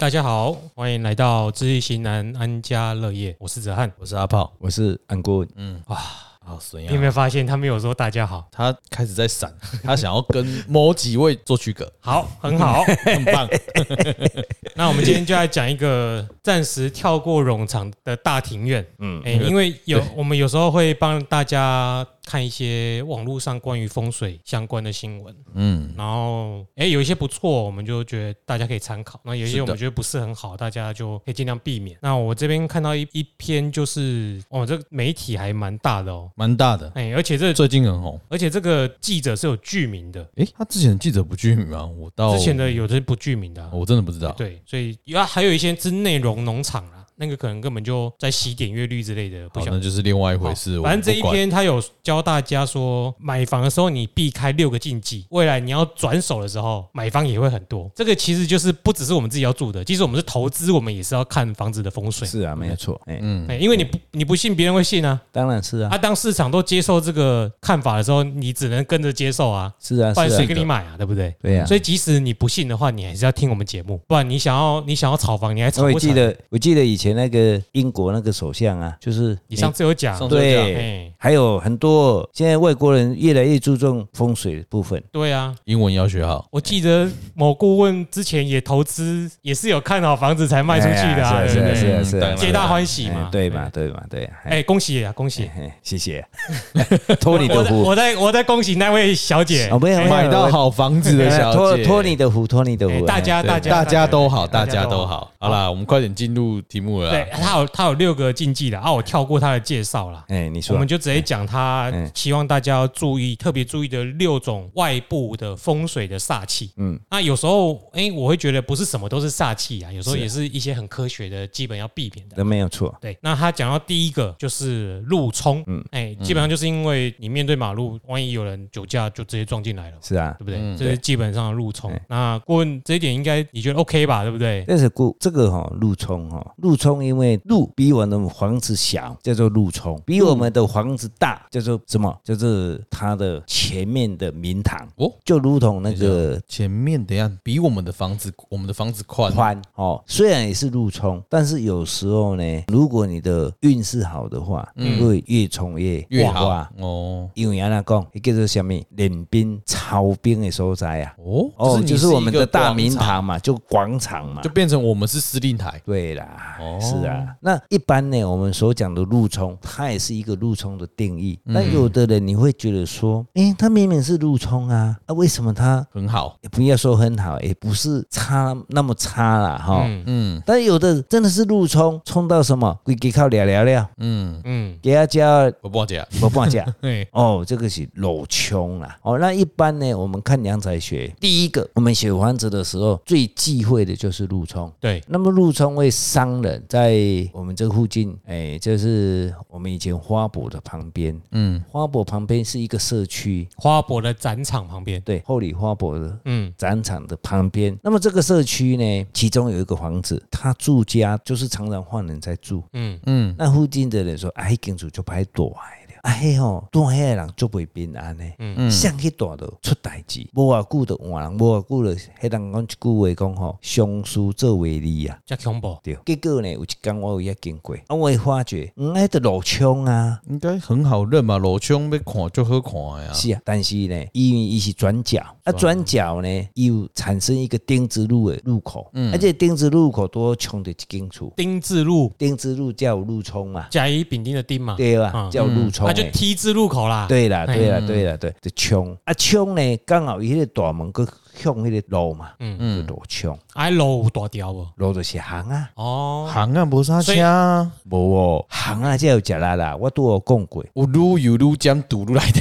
大家好，欢迎来到知易行难安家乐业，我是哲翰， 我是阿炮， 我是安国文。 好损呀！ 你有没有发现他没有说大家好？ 他开始在闪，他想要跟某几位做区隔。 好，很好， 很棒。 那我们今天就来讲一个暂时跳过冗长的大庭院。因为我们有时候会帮大家看一些网络上关于风水相关的新闻，然后有一些不错，我们就觉得大家可以参考；那有一些我们觉得不是很好，大家就可以尽量避免。那我这边看到一篇，就是这个媒体还蛮大的哦， 蛮大的， 而且这最近很红， 而且这个记者是有剧名的。 他之前的记者不具名吗？ 之前的有的是不具名的啊， 我真的不知道。 对，所以还有一些是内容农场啦。那个可能根本就在洗点阅率之类的，不晓得， 那就是另外一回事。 反正这一篇他有教大家说，买房的时候你避开6个禁忌，未来你要转手的时候买方也会很多。这个其实就是不只是我们自己要住的，即使我们是投资，我们也是要看房子的风水。 是啊，没有错。 因为你不信，别人会信啊。 当然是啊。 当市场都接受这个看法的时候，你只能跟着接受啊。 是啊， 不然谁跟你买啊？对不对？ 对啊。 所以即使你不信的话，你还是要听我们节目，不然你想要炒房，你还炒不成。 我记得以前那个英国那个首相啊，就是你上次有讲， 对，还有很多现在外国人越来越注重风水的部分。 对啊， 英文要学好。 我记得某顾问之前也投资，也是有看好房子才卖出去的啊， 是啊， 皆大欢喜嘛， 对嘛，对。 恭喜啊，恭喜， 谢谢，托你的福。 我在恭喜那位小姐， 买到好房子的小姐， 托你的福，托你的福。 大家都好，大家都好。好啦，我们快点进入题目了。 对，他有6个禁忌的我跳过他的介绍啦。 你说， 我们就直接讲他希望大家要特别注意的6种外部的风水的煞气。那有时候我会觉得不是什么都是煞气啊，有时候也是一些很科学的基本要避免的。 都没有错。 对，那他讲到第一个就是路冲，基本上就是因为你面对马路，万一有人酒驾就直接撞进来了， 是啊， 对不对？这是基本上的路冲。那顾问这一点应该你觉得 OK 吧？对不对？ 但是这个路冲，因为路比我们的房子小，叫做路冲；比我们的房子大，叫做什么？叫做它的前面的明堂就如同那个前面等一下比我们的房子宽虽然也是路冲，但是有时候呢，如果你的运势好的话，会越冲越好因为那讲，叫做什么？练兵操兵的所在啊。就是我们的大明堂嘛，就广场嘛， 就变成我们是司令台。 对啦，是啊。那一般呢，我们所讲的路冲，它也是一个路冲的定义。那有的人你会觉得说，它明明是路冲啊，为什么它很好？ 也不要说很好，也不是那么差啦但有的真的是路冲，冲到什么？规靠聊，给他加不半价， 这个是路冲啦。那一般呢，我们看良财学，第一个我们写房子的时候最忌讳的就是路冲。 对， 那么路冲会伤人，在我们这附近，就是我们以前花博的旁边，花博旁边是一个社区， 花博的展场旁边， 对，后里花博的展场的旁边。那么这个社区呢，其中有一个房子，他住家就是常常换人在住，那附近的人说，间厝就歹大的。住遐的人足袂平安的，上去大就出代志，无偌久就换人，无偌久就迄人讲一句话讲相思做为利啊， 这恐怖。 对，结果呢，有一天我有经过，我会发觉，迄个路冲啊， 应该很好认嘛，路冲要看就好看呀。 是啊，但是呢，因为伊是转角，转角呢又产生一个丁字路的入口，而且丁字路口都冲着一间厝。丁字路叫路冲嘛， 甲乙丙丁的丁嘛， 对吧？叫路冲。 就 T 字路口啦。 对啦，就冲冲呢，刚好伊迄个大门佮向迄个路嘛，就路冲。 路有大条无？ 路就是行啊， 行啊，无啥车， 无行啊，才有食力啦。我都有讲过， 有路有路尖堵路来的。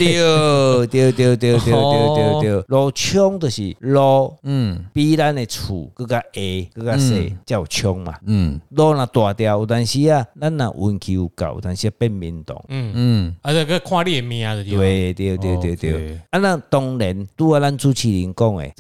对，路冲就是路，比咱的厝更加矮，更加细，才有冲嘛。路若大条，有但是啊，咱若运气有够，但是变面动。 这个看你的命啊， 对。那当然，拄啊，咱主持人讲的，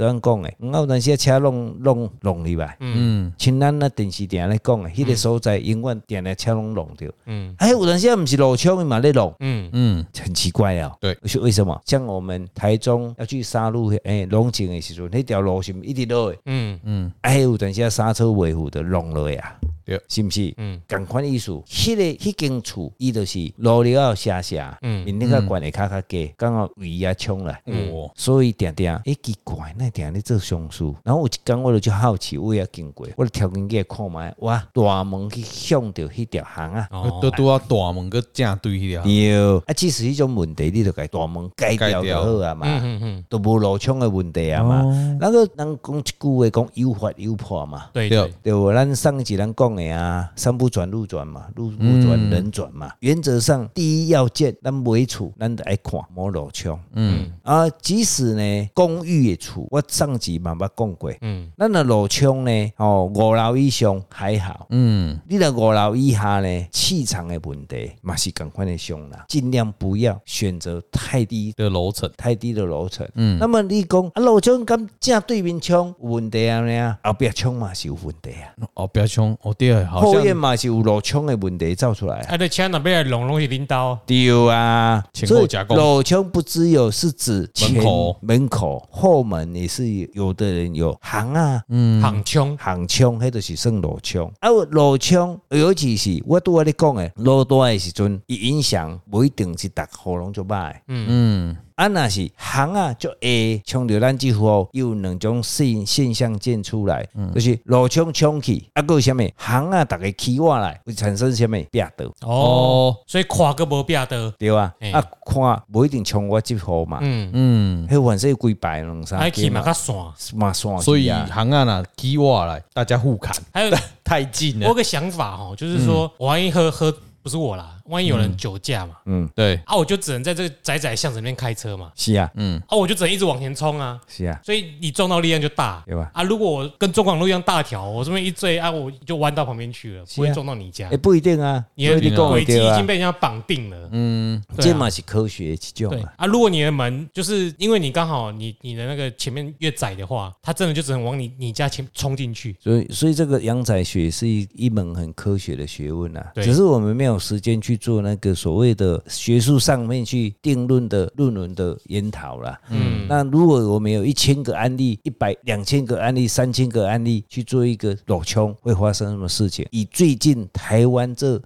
咱讲诶，有阵时车弄入来，像咱那电视定咧讲诶，迄个所在永远定咧车弄着，有阵时毋是路冲伊嘛咧弄，很奇怪啊。 对， 为什么？像我们台中要去沙鹿龙井的时阵，那条路是一直落的，有阵时刹车维护的弄落呀。 对， 是不是？同款意思，迄间厝，伊就是路了下，面那个管的较低，刚好位啊冲来，所以定奇怪，那定咧做上司。然后有一天我就好奇，我也经过，我就跳进去看卖，哇，大门去向着迄条巷啊， 都要大门个正对迄条。 对，即使迄种问题，你就改大门改掉就好啊嘛，都无路冲的问题啊嘛。那个人讲一句话，讲有法有破嘛， 对， 咱上一集咱讲。山不转路转嘛，路不转人转嘛。原则上，第一要件，咱买厝，咱得爱看，无路冲。即使呢公寓的厝，我上集嘛捌讲过。咱的路冲呢，5楼以上还好。你的5楼以下呢，气场的问题嘛是同款的上啦，尽量不要选择太低的楼层。那么你讲路冲咁正对面冲有问题啊？后壁冲嘛是有问题啊？ 后壁冲，对。 后院嘛是有路冲的问题造出来， 你车那边弄是领导， 对啊， 前后加工。 路冲不只有是指门口，后门也是有的人有行啊， 行冲， 迄就是算路冲。路冲尤其是我拄仔咧讲的，路大的时阵，伊影响不一定是逐户拢就歹。若是行啊，就会冲到咱即户，有两种现象见出来，就是路冲去，有啥物行啊，大家起瓦来，会产生啥物壁倒。 所以看个无壁倒。 对啊，看无一定冲我即户嘛。迄反正几排两三。 还起嘛较线， 所以行啊呐起瓦来，大家互砍， 还有太近了。 我有个想法就是说，万一喝不是我啦。万一有人酒驾嘛， 对我就只能在这个窄巷子里面开车嘛， 是啊， 我就只能一直往前冲啊， 是啊， 所以你撞到力量就大， 对吧？ 如果我跟中广路一样大条，我这边一追我就弯到旁边去了，不会撞到你家。 不一定啊， 你的轨迹已经被人家绑定了， 这嘛是科学一种啊。如果你的门就是因为你刚好你的那个前面越窄的话，它真的就只能往你家前冲进去。 所以这个阳宅学是一门很科学的学问啊，只是我们没有时间去做那个所谓的学术上面去定论的论文的研讨啦。那如果我们有1000个案例、100、2000个案例、3000个案例去做一个路冲，会发生什么事情？以最近台湾这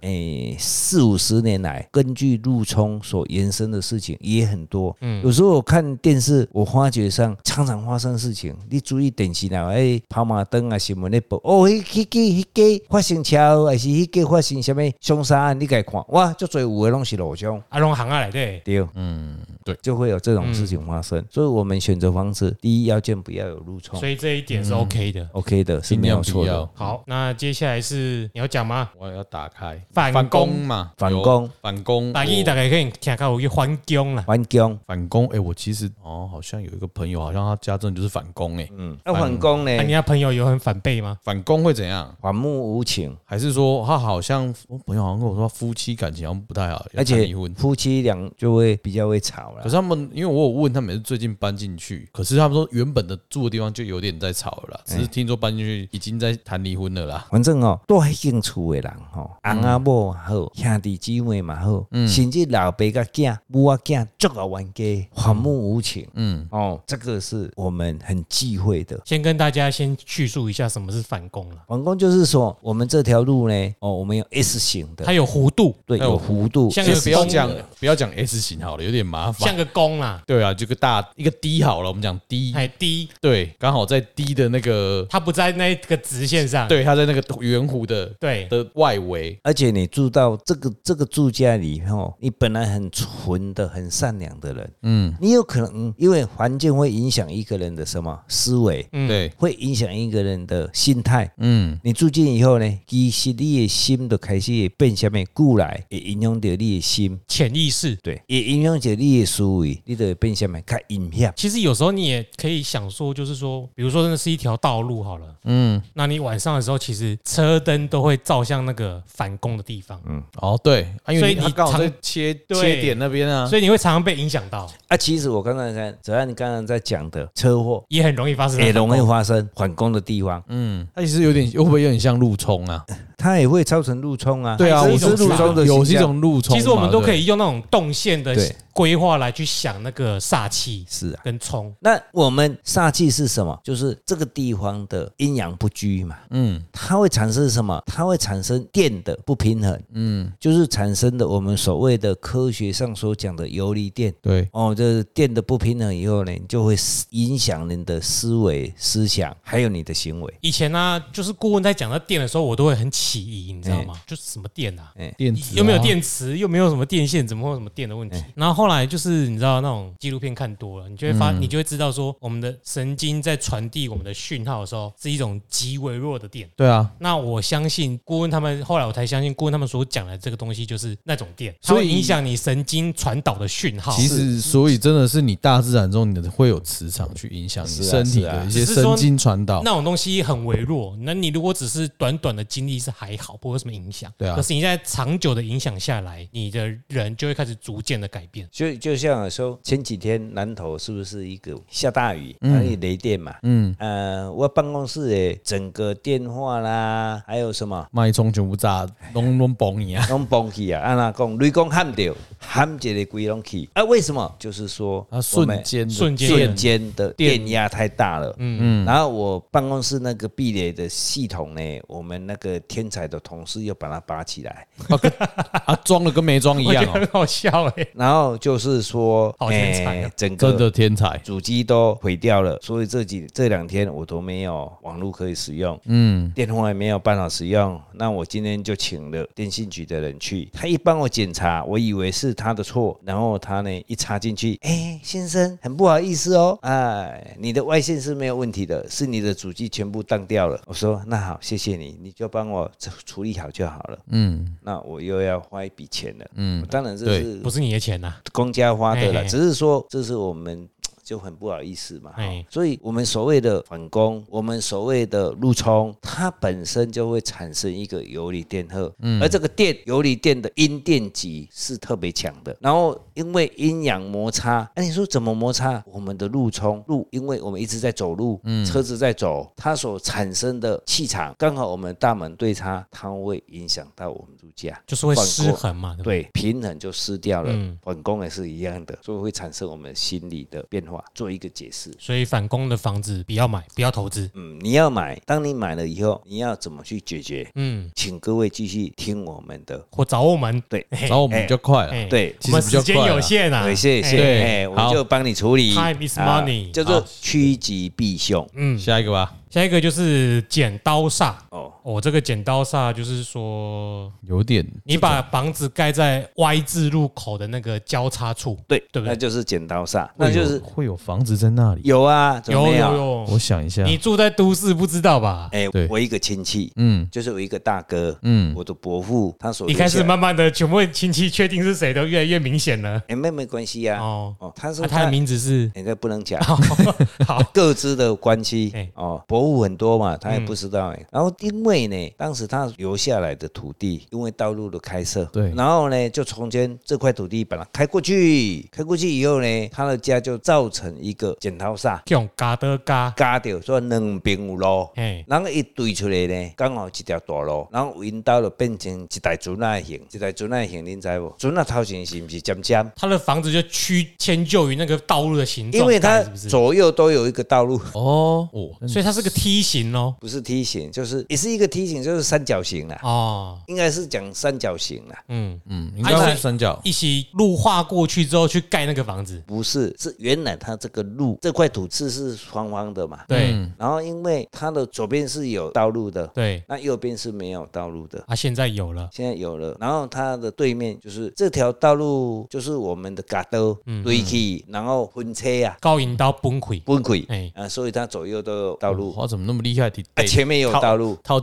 40-50年来，根据路冲所延伸的事情也很多。有时候我看电视，我发觉上常常发生事情。你注意电视啦，跑马灯啊，新闻咧报，迄个发生车还是迄个发生什么凶杀案，你该看哇，就最有的拢是路冲， 拢行啊来对， 对， 就会有这种事情发生。所以我们选择方式，第一要件不要有路冲， 所以这一点是 OK 的 ，OK 的是没有错的。 好，那接下来是你要讲吗？ 我要打开反攻嘛， 反攻， 大家可以听到有反攻啦， 反攻。 我其实好像有一个朋友，好像他家真的就是反攻那反攻呢？ 你那朋友有很反背吗？ 反攻会怎样？ 反目无情， 还是说他好像我朋友好像跟我说夫妻感情好像不太好， 而且夫妻俩就会比较会吵了。 可是他们因为我有问他们是最近搬进去，可是他们说原本的住的地方就有点在吵了啦，只是听说搬进去已经在谈离婚了啦。 反正住迄间厝的人翁仔某好，兄弟姊妹嘛好，甚至老爸甲囝、母仔囝足够冤家，反目无情。这个是我们很忌讳的。 先跟大家先叙述一下什么是反攻了。 反攻就是说，我们这条路呢，我们有 S 型的， 它有弧度， 对，有弧度。 像个不要讲 S 型好了，有点麻烦。 像个弓啦， 对啊，就一个 D 好了，我们讲 D， D， 对，刚好在 D 的那个， 它不在那个直线上， 对，它在那个圆弧的外围。 而且你住到这个住家里你本来很纯的、很善良的人，你有可能因为环境会影响一个人的什么思维， 对， 会影响一个人的心态，你住进以后呢，其实你的心就开始变什么过来，会影响到你的心潜意识， 对，也影响到你的思维，你就会变什么较阴险。 其实有时候你也可以想说，就是说，比如说那是一条道路好了，那你晚上的时候，其实车灯都会照向那个反攻的地方， 哦对，因所以你为他刚好在常切对点那边啊， 所以你会常常被影响到， 啊，其实我刚才在，只要你刚刚在讲的车祸， 也很容易发生在也反攻， 容易发生反攻的地方， 它其实会不会有点像路冲啊？ 它也会造成路冲啊。 对啊，我它也是一种路冲的有一形象种路冲嘛， 其实我们都可以以用那种动线的对规划来去想那个煞气是啊。 跟冲。 那我们煞气是什么？就是这个地方的阴阳不居嘛。它会产生什么？它会产生电的不平衡。就是产生的我们所谓的科学上所讲的游离电。 对哦，这电的不平衡以后呢，你就会影响你的思维、思想，还有你的行为。 以前呢，就是顾问在讲到电的时候，我都会很起疑，你知道吗？就是什么电啊？ 电子又没有电池，又没有什么电线，怎么会有什么电的问题？然后后来就是你知道那种纪录片看多了，你就会你就会知道说，我们的神经在传递我们的讯号的时候，是一种极微弱的电。 对啊， 那我相信顾问他们，后来我才相信顾问他们所讲的这个东西就是那种电，它所以会影响你神经传导的讯号。 其实所以真的是你大自然中你的会有磁场去影响你身体的一些神经传导， 那种东西很微弱。那你如果只是短短的经历是还好，不会有什么影响。 对啊。 可是你在长久的影响下来，你的人就会开始逐渐的改变。 就像说前几天南投是不是一个下大雨，还有雷电嘛？我办公室的整个电话啦，还有什么脉冲全部炸，拢崩去啊， 拢崩去啊！按那讲，雷公喊掉，喊一个鬼拢去啊？为什么？就是说它瞬间的电压太大了。然后我办公室那个避雷的系统呢，我们那个天才的同事又把它拔起来， 装的跟没装一样很好笑哎。 然后就是说， 好天才啊， 整个真的天才， 主机都毁掉了，所以这2天我都没有网络可以使用，电话也没有办法使用。那我今天就请了电信局的人去，他一帮我检查，我以为是他的错，然后他呢一插进去，先生，很不好意思哦，你的外线是没有问题的，是你的主机全部当掉了。我说那好，谢谢你，你就帮我处理好就好了。那我又要花一笔钱了。当然这是不是你的钱呐， 公家花的了，只是说这是我们就很不好意思嘛。所以我们所谓的反攻，我们所谓的路冲，它本身就会产生一个游离电荷，而这个游离电的阴电极是特别强的。然后因为阴阳摩擦，你说怎么摩擦？我们的路冲，因为我们一直在走路，车子在走，它所产生的气场刚好我们大门对它，它会影响到我们路架， 就是会失衡嘛， 对，平衡就失掉了。反攻也是一样的，所以会产生我们心理的变化。做一个解释， 所以反攻的房子不要买，不要投资。 你要买，当你买了以后，你要怎么去解决？请各位继续听我们的， 或找我们， 对， 找我们比较快了。 对， 我们时间有限啊， 对，谢谢，我就帮你处理。 Time is money， 叫做趋吉避凶。 下一个吧。 下一个就是剪刀煞这个剪刀煞就是说有点， 你把房子盖在 Y 字路口的那个交叉处， 对不对？ 那就是剪刀煞，那就是会有房子在那里。 有啊， 有。 我想一下， 你住在都市不知道吧？ 我一个亲戚，就是我一个大哥，我的伯父，他所一开始慢慢的全部亲戚确定是谁都越来越明显了。 没关系啊。他说他的名字是应该不能讲， 好， 各自的关系。伯父很多嘛，他也不知道。然后因为呢，当时他留下来的土地，因为道路的开设， 对， 然后呢，就从前这块土地把它开过去以后呢，他的家就造成一个剪刀煞， 用嘎掉，所以两边有路，然后一对出来呢，刚好一条大路，然后引导就变成一台船的形，你知不？船的头前是不是尖尖？ 他的房子就迁就于那个道路的形状， 因为它左右都有一个道路所以它是个梯形咯， 不是梯形，就是也是一个梯形，就是三角形啦。应该是讲三角形啦。 应该是三角。 一起路画过去之后去盖那个房子， 不是，是原来它这个路这块土地是方方的嘛？ 对。 然后因为它的左边是有道路的， 对， 那右边是没有道路的。 现在有了。 然后它的对面就是这条道路，就是我们的嘎刀堆起，然后分车啊， 高引到崩溃， 所以它左右都有道路。 我怎么那么厉害？ 前面有道路， 掏一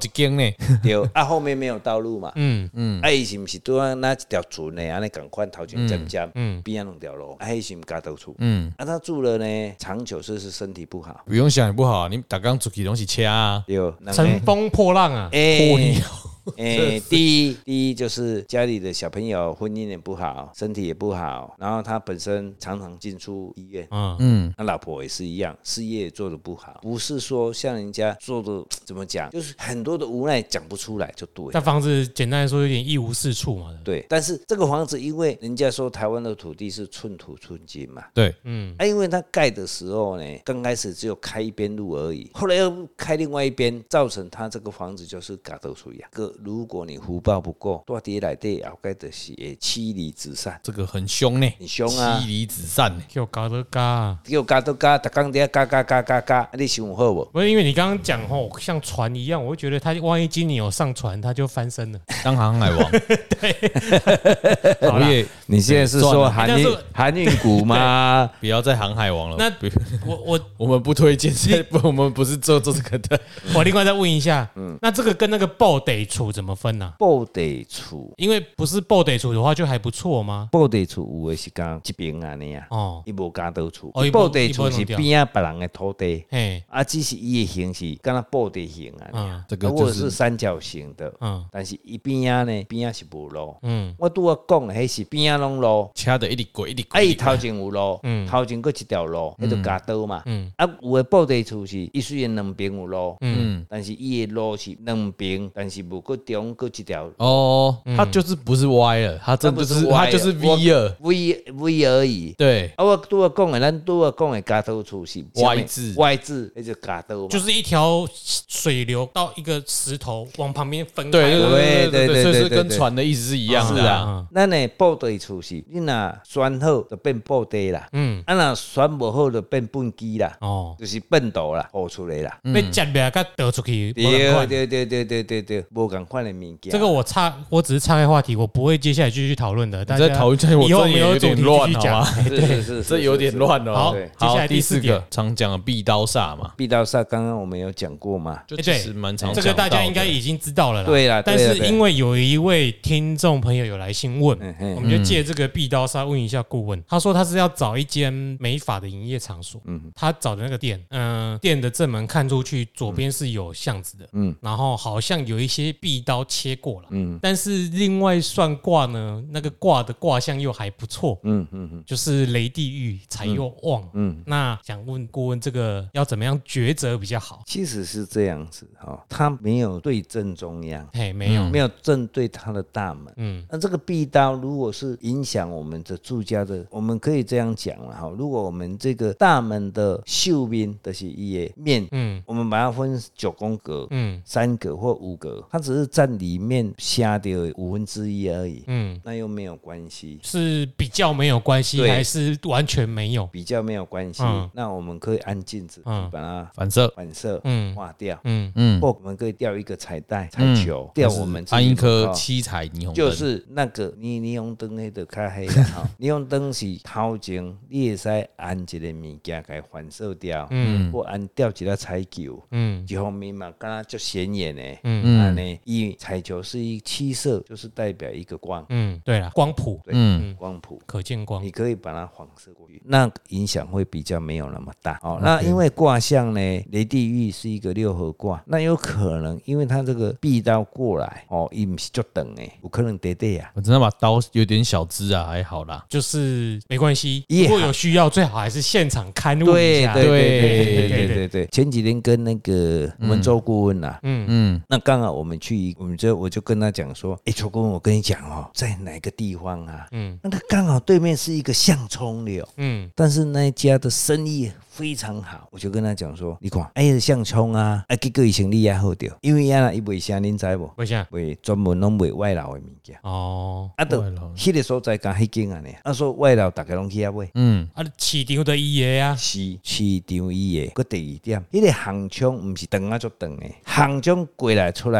间呢， 对啊，后面没有道路嘛，啊，伊是毋是拄啊那一条船呢？安尼共款头前尖尖，边啊两条路，啊，迄是毋加到厝，啊，他住了呢，长久是身体不好， 不用想也不好，你逐工出去拢是车啊， 对， 乘风破浪啊， 破裂。 第一就是家里的小朋友婚姻也不好，身体也不好，然后他本身常常进出医院，那老婆也是一样，事业也做得不好，不是说像人家做的怎么讲，就是很多的无奈讲不出来就对。 那房子简单来说有点一无是处嘛。 对，但是这个房子因为人家说台湾的土地是寸土寸金嘛， 对， 因为它盖的时候呢，刚开始只有开一边路而已，后来又开另外一边，造成它这个房子就是嘎到出呀。如果你福报不够，大地内底后盖就是会妻离子散， 这个很凶呢， 很凶啊， 妻离子散呢， 又搞得嘎， 又嘎都嘎，逐工在嘎，你想好不？ 不是因为你刚刚讲吼，像船一样，我会觉得他万一今年有上船，他就翻身了， 当航海王。 对， 我也， 你现在是说航运股吗？ 不要再航海王了。 那我们不推荐，我们不是做这个的。 我另外再问一下，那这个跟那个报得处怎么分呢？ 报得处， 因为不是报得处的话，就还不错吗？ 报得处有的是讲一边安尼啊，伊无加到处。 哦报得处是边啊别人的土地， 嘿， 啊，只是伊的形是敢若报得形啊， 这个或者是三角形的，但是伊边啊呢，边啊是无路，我拄啊讲的迄是边啊拢路， 车的一直过， 伊头前有路，头前搁一条路，迄就加刀嘛，啊，有的报得处是伊虽然两边有路，但是伊的路是两边，但是无搁中搁一条。 哦，它就是不是歪了，它真就是它就是 V 了 ，V 而已。 对， 啊，我拄啊讲的，咱拄啊讲的加刀处是 Y 字， 那就加刀嘛， 就是一条水流到一个石头往旁边分开。 对，所以是跟船的意思是一样的啊。 咱的报得处是，你若选好就变报得啦，啊若选无好就变粪机啦，就是粪土啦，吐出来啦， 被夹来甲倒出去。 对，无共款的物件。 这个我只是岔开话题，我不会接下来继续讨论的。大家在讨论， 以后没有主题继续讲。 是， 这有点乱哦。 好，接下来第四个常讲的壁刀煞嘛， 壁刀煞刚刚我们有讲过嘛， 就其实蛮常讲的。 这个大家应该已经知道了啦。 对啦， 但是因为有一位听众朋友有来信问，我们就借这个壁刀煞问一下顾问。他说他是要找一间美发的营业场所，他找的那个店，店的正门看出去左边是有巷子的，然后好像有一些壁刀切过了，但是另外算卦呢，那个卦的卦象又还不错，就是雷地狱财又旺，那想问顾问这个要怎么样抉择比较好？ 其实是这样子哈，他没有对正中央， 没有正对他的大门，那这个壁刀如果是影响我们的住家的，我们可以这样讲了哈，如果我们这个大门的秀面的是一的面，我们把它分9宫格，3格或5格，它只是占里面下的1/5而已，那又没有关系， 是比较没有关系，还是完全没有？ 比较没有关系，那我们可以按镜子把它反射化掉，或我们可以吊一个彩带、彩球，吊我们安一颗7彩霓虹灯， 就是那个霓虹灯那个较黑的哈，霓虹灯是头前你会使按一个物件给反射掉，或按吊一个彩球，一方面嘛，刚刚就显眼的，安尼，因为彩球是一7色，就是代表一个光， 对啦，光谱， 光谱， 可见光， 你可以把它反射过去，那影响会比较没有那么大。哦，那因为卦象呢，雷地狱是一个6合卦，那有可能因为它这个壁刀过来，伊不是就等诶，有可能得啊。 我真的把刀有点小只啊，还好啦， 就是没关系。如果有需要，最好还是现场勘误一下。 对。前几天跟那个我们周顾问啦，那刚好我们我就跟他讲说，周顾问，我跟你讲哦，在哪个地方啊？那他刚好对面是一个相冲流，但是那一家的生意非常好，我就跟他讲说，你看，相冲啊，结果伊生意也好掉，因为呀，伊卖啥，恁知无？ 为啥？ 卖专门拢卖外劳的物件。 哦， 就迄个所在甲迄间啊呢，说外劳大家拢去遐买。 市场的伊个啊， 市场伊个。个第二点，迄个航冲毋是长啊足长的，航冲过来出来了，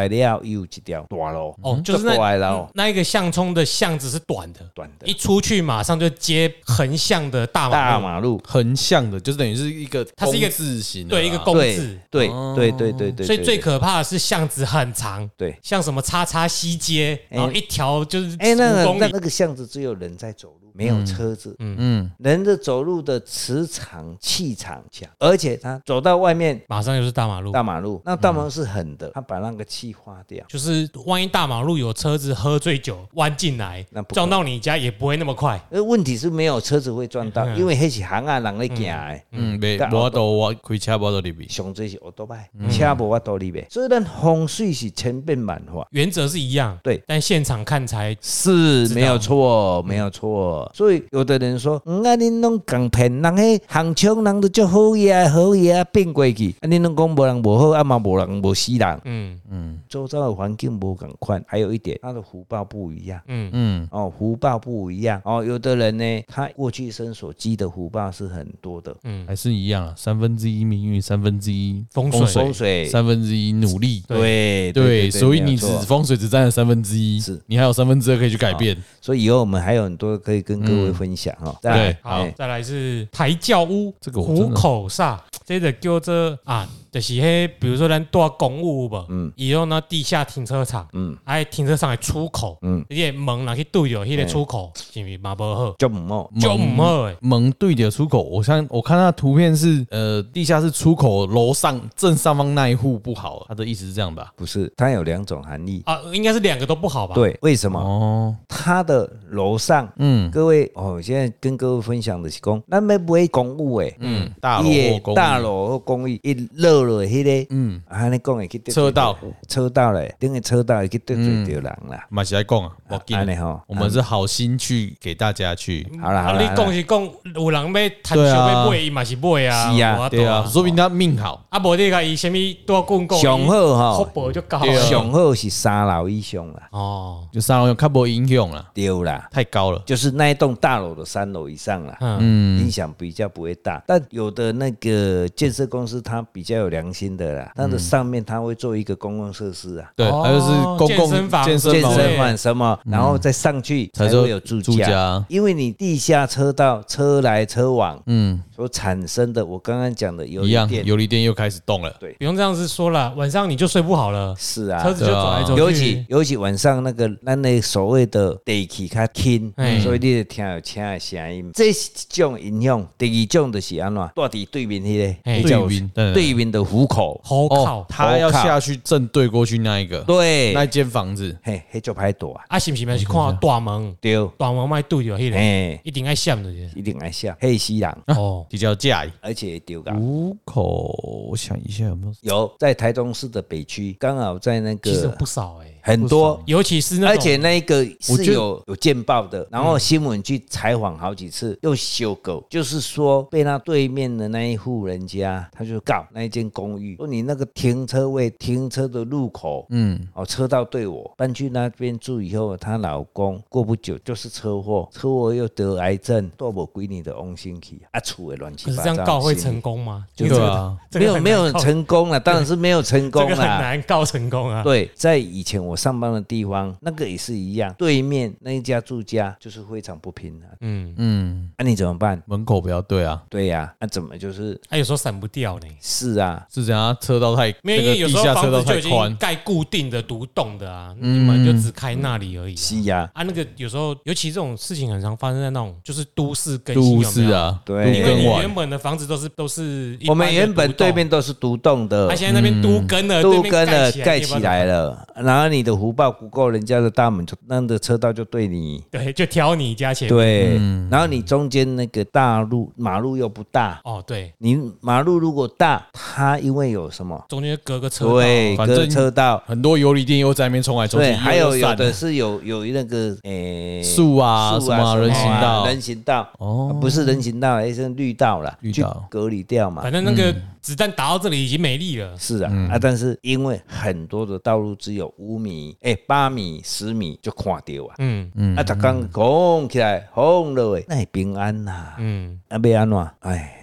伊有一条大路， 就是那一个向冲的巷子是短的，一出去马上就接横向的大马路， 横向的，就是等于是一个它是一个字形， 对，一个工字， 对， 所以最可怕的是巷子很长， 对， 像什么叉叉西街，然后一条就是那个巷子只有人在走路，没有车子，人的走路的磁场气场强，而且他走到外面马上就是大马路， 那大马路是横的，他把那个气化掉， 就是万一大马路有车子喝醉酒弯进来，撞到你家也不会那么快。 问题是没有车子会撞到，因为那是行啊人在行的， 无法度我开车无法度入去， 上最是奥多拜，车无法度入去，所以咱风水是千变万化， 原则是一样， 对， 但现场看才是没有错，没有错。所以有的人说，恁拢讲骗人，迄行枪人都足好嘢变过去，恁拢讲无人无好，嘛无人无死人，周遭的环境无共款，还有一点，他的福报不一样，福报不一样，有的人呢，他过去生所积的福报是很多的， 还是一样啊，1/3命运，1/3风水 ，1/3努力， 对， 所以你风水只占了1/3，是你还有2/3可以去改变， 所以以后我们还有很多可以跟各位分享哈。 对， 好，再来是抬轿屋，这个虎口煞，这个叫做就是比如说咱住公寓吧，以后呢地下停车场，停车场的出口，这些门拿去对着迄个出口，是不是嘛不好？ 就不好， 门对着出口，我看那图片是地下室出口楼上正上方那一户不好，他的意思是这样吧？ 不是，它有2种含义啊，应该是2个都不好吧？ 对，为什么？它的楼上，各位现在跟各位分享的是讲，咱要买公寓大楼或公寓一落了迄个，安尼讲会去车道嘞，顶个车道会去得罪到人啦。 嘛是来讲啊，我们是好心去给大家去。 好啦， 你讲是讲有人要贪小要买，伊嘛是买啊， 是啊， 对啊，说明他命好。 无你甲伊什么多讲讲， 上好福报就高， 上好是3楼以上啦。 就3楼较无影响啦， 对啦， 太高了， 就是那一栋大楼的3楼以上啦，影响比较不会大。但有的那个建设公司，它比较有良心的啦，它的上面它会做一个公共设施啊， 对，还有是公共健身房什么，然后再上去才会有住家，因为你地下车道车来车往，所产生的我刚刚讲的游离电又开始动了， 对， 不用这样子说了，晚上你就睡不好了， 是啊， 车子就走来走去，尤其晚上那个咱的所谓的地气较轻，所以你就听有车的声音，这是一种影响。第2种就是安怎，住伫对面对面的虎口， 他要下去正对过去那一个， 对， 那间房子， 嘿，就歹大啊，是不是看到大门？ 对， 大门卖对着迄个，一定爱闪的， 一定爱闪，黑死人比较假， 而且丢高。 虎口，我想一下有没有在台中市的北区，刚好在那个其实不少很多， 尤其是那而且那个是有见报的，然后新闻去采访好几次，又修狗，就是说被那对面的那一户人家，他就告那一间公寓，说你那个停车位、停车的路口，车道对我，搬去那边住以后，她老公过不久就是车祸又得癌症，都无几年的往生去啊，厝的乱七八糟。 可是这样告会成功吗？ 对啊， 没有成功了，当然是没有成功啦， 这个很难告成功啊。 对，在以前我上班的地方，那个也是一样，对面那一家住家就是非常不平衡。那你怎么办？ 门口不要对啊， 对呀，那怎么就是有时候闪不掉呢？ 是啊， 是这样，车道太没有，因为有时候房子就已经盖固定的独栋的啊，你们就只开那里而已。 是呀， 那个有时候，尤其这种事情很常发生在那种就是都市更新， 都市啊， 对， 因为你原本的房子都是我们原本对面都是独栋的， 现在那边都更了， 盖起来了，然后你的福报不够，人家的大门就那的车道就对你， 对，就挑你家前面， 对，然后你中间那个马路又不大， 对， 你马路如果大，它因为有什么中间隔个车道， 对，隔车道， 很多游离电又在那边冲来冲去， 对，还有的是有那个树啊什么人行道不是人行道，是绿道啦，去隔离掉嘛， 反正那个子弹打到这里已经没力了， 是啊，但是因为很多的道路只有5米、8米、10米就看到啊，大家讲起来红了那也平安呐，要安怎？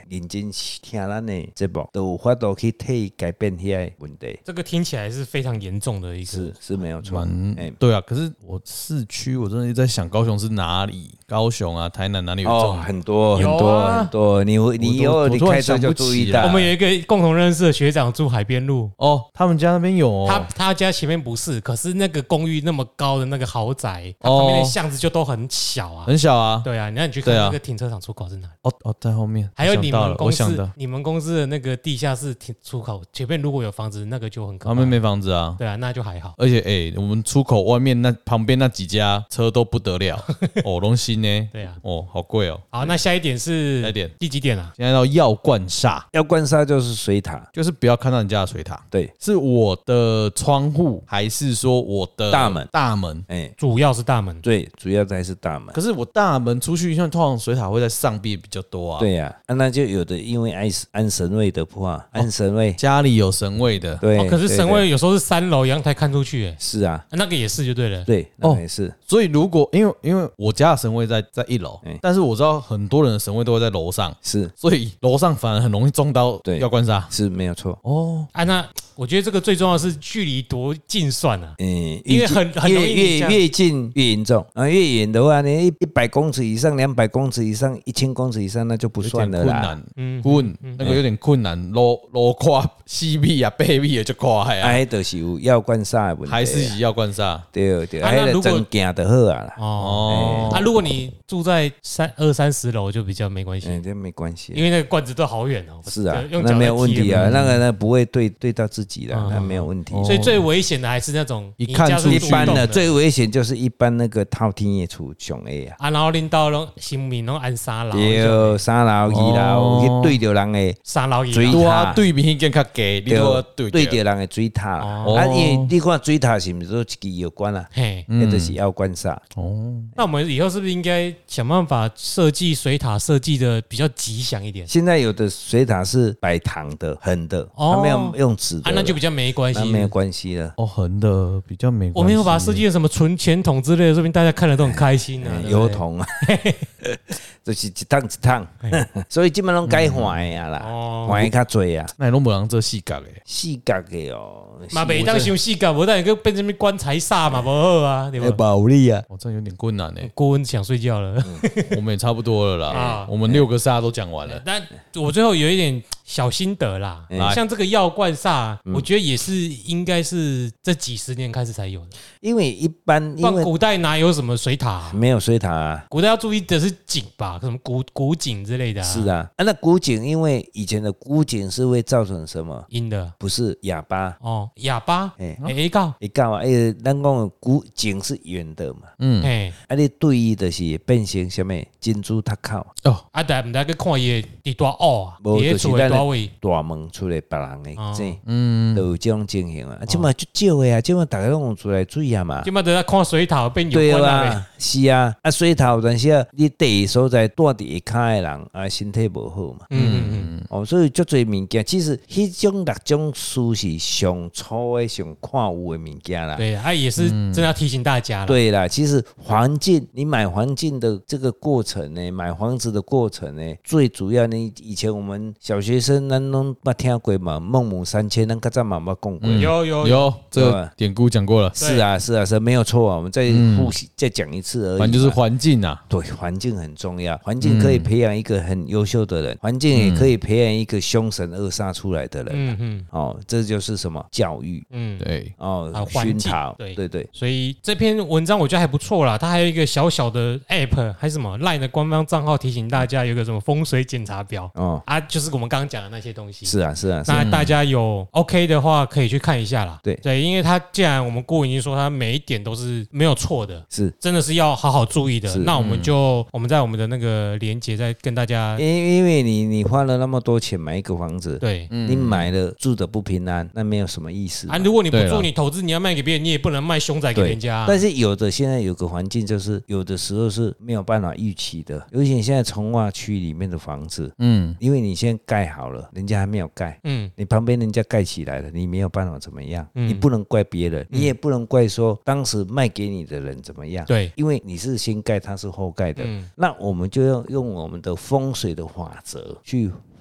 认真听咱的节目，都有法度去替改变遐问题。 这个听起来是非常严重的一个， 是没有错。 对啊，可是我市区我真的在想高雄是哪里？高雄啊，台南哪里有这种？ 很多很多，你开车就注意到。 我们有一个共同认识的学长住海边路哦，他们家那边有哦。 他家前面不是，可是那个公寓那么高的那个豪宅，旁边的巷子就都很小啊， 很小啊。 对啊，你去看那个停车场出口是哪里？ 在后面。 还有你们公司的那个地下室出口前面如果有房子，那个就很可怕。 旁边没房子啊。 对啊，那就还好。 而且我们出口外面那旁边那几家车都不得了哦，东西呢？ 对啊， 好贵哦。 好，那下一点是第几点啊？ 现在到药罐煞， 药罐煞就是水塔， 就是不要看到人家的水塔。 对， 是我的窗户还是说我的大门？ 主要是大门。 对，主要还是大门。 可是我大门出去，像通常水塔会在上边比较多啊。 对呀，那就有的因为安神位的话，安神位家里有神位的。 对， 可是神位有时候是3楼阳台看出去， 是啊， 那个也是就对了。 对，那个也是。 所以如果因为我家的神位在1楼，但是我知道很多人的神位都会在楼上， 是， 所以楼上反而很容易中到药罐煞， 是没有错。 那我觉得这个最重要的是距离多近算啊，因为很容易越近越严重啊，越远的话呢，100公尺以上、200公尺以上、1000公尺以上那就不算了啦。 那个有点困难，路跨4米啊、8米的就跨呀。 哎，就是有药罐煞的问题， 还是药罐煞。 对，那个增加就好啊啦。如果你住在20-30楼就比较没关系， 这没关系， 因为那个罐子都好远哦。 是啊，那没有问题啊，那不会对到自己的，那没有问题。 所以最危险的还是那种一看出一般的，最危险就是一般那个透天的厝上下啊。 然后领导拢新面拢按3楼， 对，3楼、2楼去对着人的 3楼、 水塔， 对面迄间较低，你都对着人的水塔啊。因为你看水塔是不是都一支有关啊？那就是药罐煞。 那我们以后是不是应该想办法设计水塔设计的比较吉祥一点？ 现在有的水塔是摆糖的、横的，它没有用纸的， 那就比较没关系， 那没有关系了。 横的比较没关系。 我们有把它设计的什么存钱筒之类的，说明大家看了都很开心啊。 油桶啊，就是一趟，所以基本上该换呀啦，换较多啊。 那拢无人做4角的 ，4角的哦。 嘛袂当想4角，无当个变成棺材煞嘛，不好啊，对吧？ 暴力啊， 这有点困难诶。 顾问想睡觉了， 我们也差不多了啦。我们6个煞都讲完了。 但我最后有一点小心得啦，像这个药罐煞，我觉得也是应该是这几十年开始才有的。 因为一般，因为古代哪有什么水塔？ 没有水塔啊。 古代要注意的是井吧，什么古井之类的。 是啊，那古井，因为以前的古井是会造成什么？ 阴的， 不是哑巴哑巴，会到啊，咱讲的古井是圆的嘛，你对伊就是变成什么珍珠塔口但唔得去看伊伫大屋啊， 伫厝的单位大门出来别人的井，都有这种情形啊。即嘛就少的啊，即嘛大家拢有出来注意啊嘛。 即嘛都在看水塔变有关啊， 是啊，水塔有阵时啊，你第所在住伫下骹的人心体无好嘛，所以足侪物件，其实迄种6种事是上粗的、上看有的物件啦。 对，也是真要提醒大家了。 对啦，其实环境，你买环境的这个过程呢，买房子的过程呢，最主要呢，以前我们小学生咱拢捌听过嘛，孟母3000，咱较早嘛捌讲过。 有， 这个典故讲过了。 是啊，没有错啊。我们再复习，再讲一次而已。 反正就是环境啊， 对，环境很重要。环境可以培养一个很优秀的人，环境也可以培养一个凶神恶煞出来的人。这就是什么教育？ 对， 熏陶，对。 所以这篇文章我觉得还不错啦，它还有一个小小的 app， 还是什么 LINE 的官方账号提醒大家有一个什么风水检查表就是我们刚刚讲的那些东西。 是啊。 那大家有 OK 的话，可以去看一下啦。对，因为他既然我们顾问已经说他每一点都是没有错的， 是真的是要好好注意的。那我们在我们的那个连结再跟大家， 因为你花了那么多钱买一个房子， 对， 你买了住的不平安，那没有什么意思啊。如果你不住，你投资你要卖给别人，你也不能卖凶宅给人家。 但是现在有个环境，就是有的时候是没有办法预期的，尤其现在重划区里面的房子，因为你现在盖好了，人家还没有盖，你旁边人家盖起来了，你没有办法怎么样，你不能怪别人，你也不能怪说当时卖给你的人怎么样， 对， 因为你是先盖，他是后盖的，那我们就要用我们的风水的法则去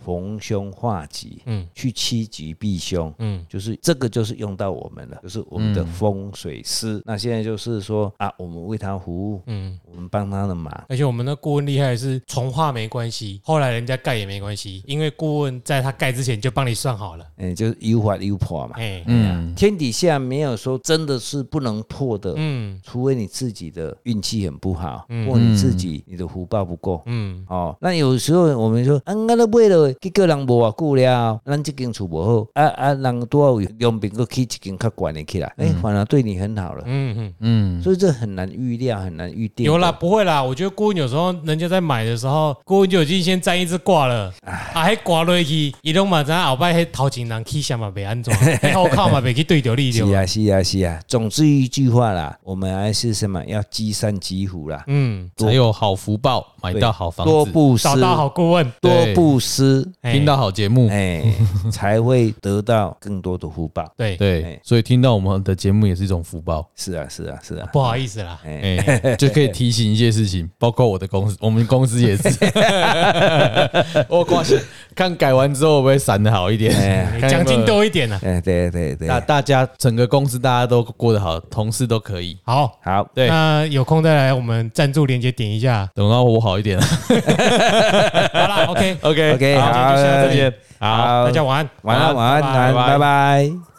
逢凶化吉，去趋吉避凶，就是这个就是用到我们了，就是我们的风水师。那现在就是说啊，我们为他服务，我们帮他的忙。 而且我们的顾问厉害的是重画没关系，后来人家盖也没关系，因为顾问在他盖之前就帮你算好了， 就是有法有破嘛。天底下没有说真的是不能破的，除非你自己的运气很不好，或你自己你的福报不够，那有时候我们说，我都买了，结果人无偌久了，咱这间厝无好，人多有良品，去一间较悬的起来，反而对你很好了，所以这很难预料，很难预定。 有啦，不会啦，我觉得顾问有时候人家在买的时候，顾问就已经先占一只挂了，还挂落去，伊拢嘛知影后摆迄头前人起什嘛袂安怎，后靠嘛袂去对着你。 是啊，总之一句话啦，我们还是什么要积善积福啦， 才有好福报，买到好房子， 多布施， 找到好顾问， 多布施， 听到好节目， 才会得到更多的福报。 对，所以听到我们的节目也是一种福报。 是啊， 不好意思啦， 就可以提醒一些事情，包括我的公司，我们公司也是。我光是看改完之后会不会闪得好一点， 奖金多一点呢？ 对， 那大家整个公司大家都过得好，同事都可以。 好， 对， 那有空再来我们赞助连结点一下， 等到我好一点。 好啦 OK， 好， 就下次见， 好， 大家晚安， 拜拜。